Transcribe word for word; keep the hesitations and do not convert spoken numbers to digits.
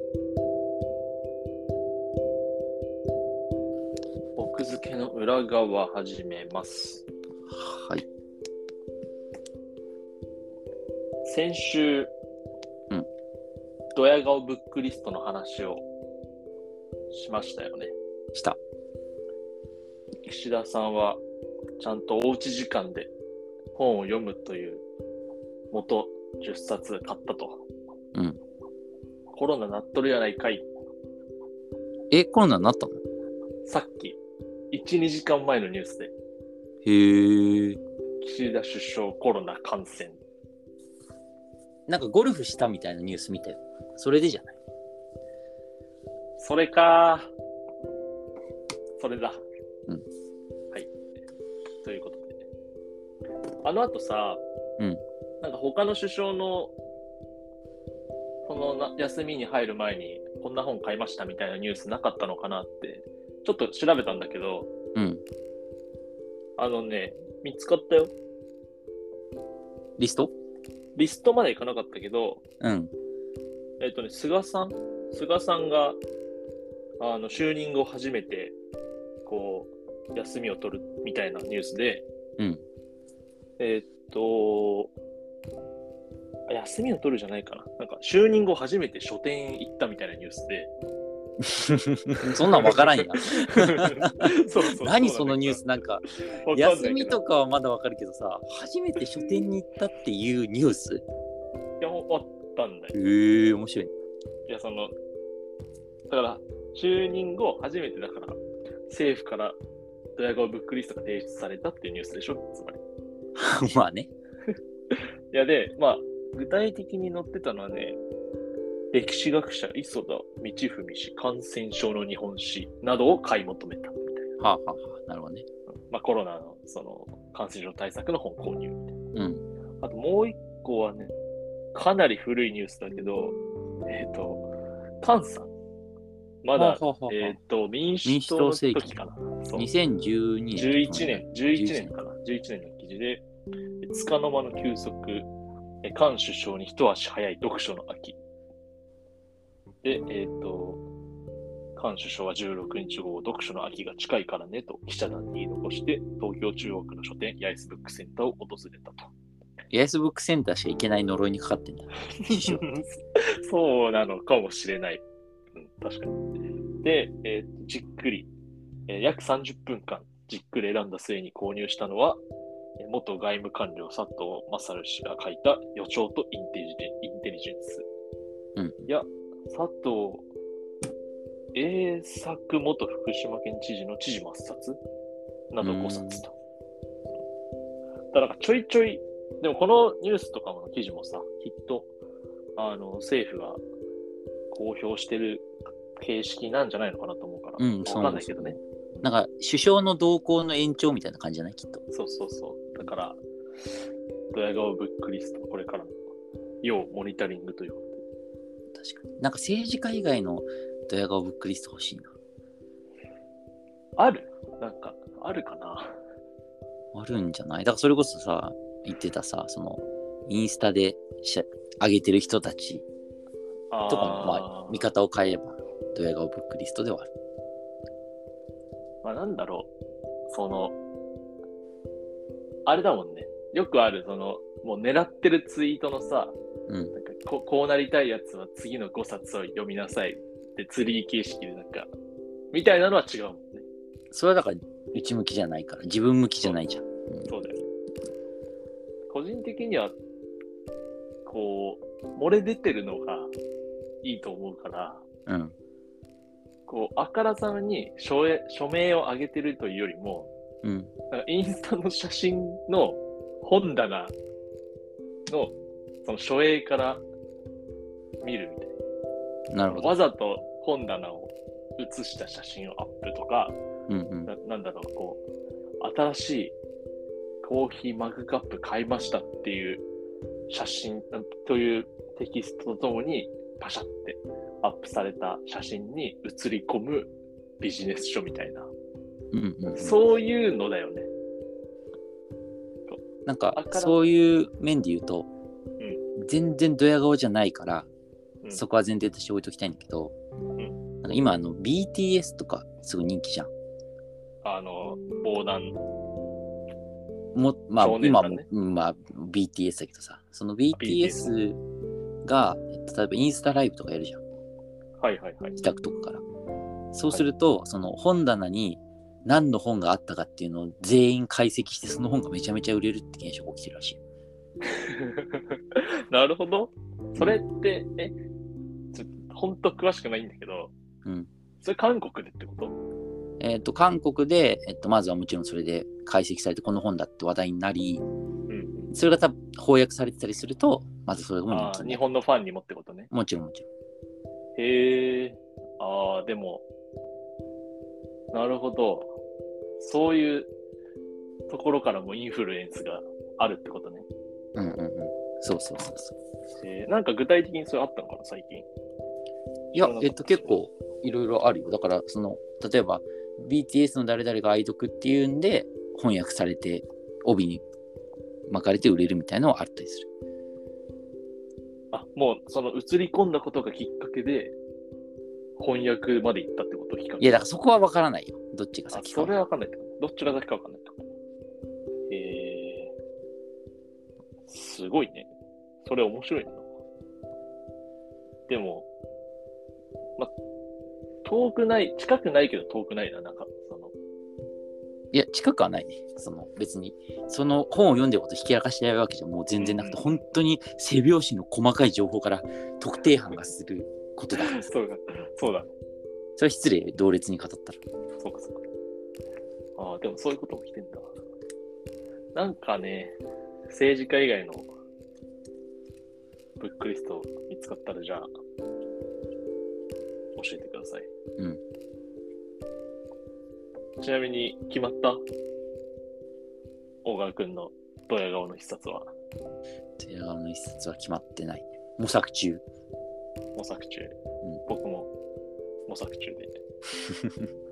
奥付けの裏側始めます。 はい。 先週、 うん、 ドヤ顔ブックリストの話をしましたよね。 した。 岸田さんはちゃんとおうち時間で本を読むという元じゅっさつ買ったと。 うん。 コロナなっとるやないかい。 え、コロナになったの？ さっきいち、にじかんまえのニュースで。 へえ。 岸田首相コロナ感染。 なんかゴルフしたみたいなニュース見たよ。それでじゃない？ それかそれだ。 うん。 はい。ということで。あの後さ、 うん。 なんか他の首相のそのな休みに入る前にこんな本買いましたみたいなニュースなかったのかなってちょっと調べたんだけど、 うん。 あのね、見つかったよ。 リスト？ リストまでいかなかったけど、 うん。 えっとね、菅さん菅さんがあの就任後初めてこう休みを取るみたいなニュースで、 うん。 えっと休みを取るじゃないかな。なんか就任後初めて書店行ったみたいなニュースで。 そんなんわからんや。 そうそうそう何そのニュースなんか休みとかかはまだわかるけどさ、初めて書店に行ったっていうニュース？ いや、あったんだよ。 へえ、面白い。 いや、その、だから、就任後初めてだから、政府からドヤ顔ブックリストが提出されたっていうニュースでしょ、つまり。 まあね。 いや、で、まあ、具体的に載ってたのはね、歴史学者磯田道文氏感染症の日本史などを買い求めたみたいな。 はあはあはあ、なるほどね。 まあ、コロナのその感染症対策の本購入みたいな。 うん。 あともう一個はね、かなり古いニュースだけど、えっ、ー、と、菅さん。まだ、はあはあはあ、えっ、ー、と、民主党の時かな。そう。 にせんじゅうにねん。 じゅういちねん、じゅういちねんかな。じゅういちねんの記事で、つかの間の休息、菅首相に一足早い読書の秋。で、えっ、ー、と、菅首相はじゅうろくにちご、読書の秋が近いからねと記者団に言い残して、東京中央区の書店、八重洲ブックセンターを訪れたと。 八重洲ブックセンターしか行けない呪いにかかってんだ。 そうなのかもしれない。うん、確かに。で、えー、じっくり、えー、約さんじゅっぷんかん、じっくり選んだ末に購入したのは、元外務官僚佐藤勝氏が書いた予兆とインテリジェン、インテリジェンス。 うん、 いや、佐藤栄作元福島県知事の知事抹殺などごさつと。だからちょいちょい、でもこのニュースとかの記事もさ、きっとあの政府が公表してる形式なんじゃないのかなと思うから、うん、わかんないけどね。 なんか首相の動向の延長みたいな感じじゃないきっと。 そうそうそう。だから、ドヤ顔ブックリスト、これからの要モニタリングということで。確かに。なんか政治家以外のドヤ顔ブックリスト欲しいな。 ある？なんか、あるかな？ あるんじゃない？だからそれこそさ、言ってたさ、その、インスタで上げてる人たちとかも、まあ、見方を変えれば、ドヤ顔ブックリストではある。 まあ、なんだろう。その、あれだもんね。よくある、その、もう狙ってるツイートのさ、 うん、 なんかここうなりたいやつは次のごさつを読みなさいってツリー形式でなんか、みたいなのは違うもんね。 それはだから内向きじゃないから、自分向きじゃないじゃん。 そう、うん、そうだよね。個人的には、こう、漏れ出てるのがいいと思うから、 うん。 こう、あからさまに署名、署名を上げてるというよりも、 うん、 なんかインスタの写真の本棚のその書影から見るみたいな。 なるほど。 わざと本棚を写した写真をアップとか、 うんうん、 な, なんだろう、こう、新しいコーヒーマグカップ買いましたっていう写真というテキストとともにパシャってアップされた写真に写り込むビジネス書みたいな、 うんうんうん、 そういうのだよね。 なんかそういう面で言うと、うん、全然ドヤ顔じゃないから、ううん、 そこは前提として置いときたいんだけど、 うん、 なんか今あの ビーティーエス とかすごい人気じゃん。 あの、防弾。 もまあ、 ね、 今も、まあ、ビーティーエス だけどさ、その ビーティーエス が、例えばインスタライブとかやるじゃん。 はいはいはい。 自宅とかから。そうすると、はい、その本棚に何の本があったかっていうのを全員解析して、その本がめちゃめちゃ売れるって現象が起きてるらしい。 なるほど。それって、うん、え、ちょっと本当詳しくないんだけど、 うん。 それ韓国でってこと？ えっと、韓国で、えっと、まずはもちろんそれで解析されてこの本だって話題になり、うん、それが多分翻訳されてたりすると、まずそれも人気になる。 日本のファンにもってことね。 もちろんもちろん。へえ、ああ、でも、なるほど。そういうところからもインフルエンスがあるってことね。 うんうんうん。そうそうそうそう。 えー、なんか具体的にそれあったのかな、最近。 いや、えっと、結構いろいろあるよ。だから、その、例えば、ビーティーエス の誰々が愛読っていうんで、翻訳されて、帯に巻かれて売れるみたいなのはあったりする。 あ、もう、その映り込んだことがきっかけで、翻訳まで行ったってこときっかけ。 いや、だからそこは分からないよ。どっちが先か。 それは分かんないってこと。どっちが先か分かんないってこと。えー、すごいね。それ面白いね。でも、ま、遠くない、近くないけど遠くないな、なんか、その。 いや、近くはないね。その、別に、その本を読んでることひきらかしないわけじゃもう全然なくて、うん、本当に背拍子の細かい情報から特定班がすることだ。 そうだ、そうだ。 それは失礼、同列に語ったら。 そうか、そうか。ああ、でもそういうことも起きてんだ。なんかね、政治家以外のブックリスト見つかったら、じゃあ、教えてください。 うん。 ちなみに、決まった大川くんのドヤ顔の一冊は？ ドヤ顔の一冊は決まってない。模索中。 模索中。うん、僕も模索中で。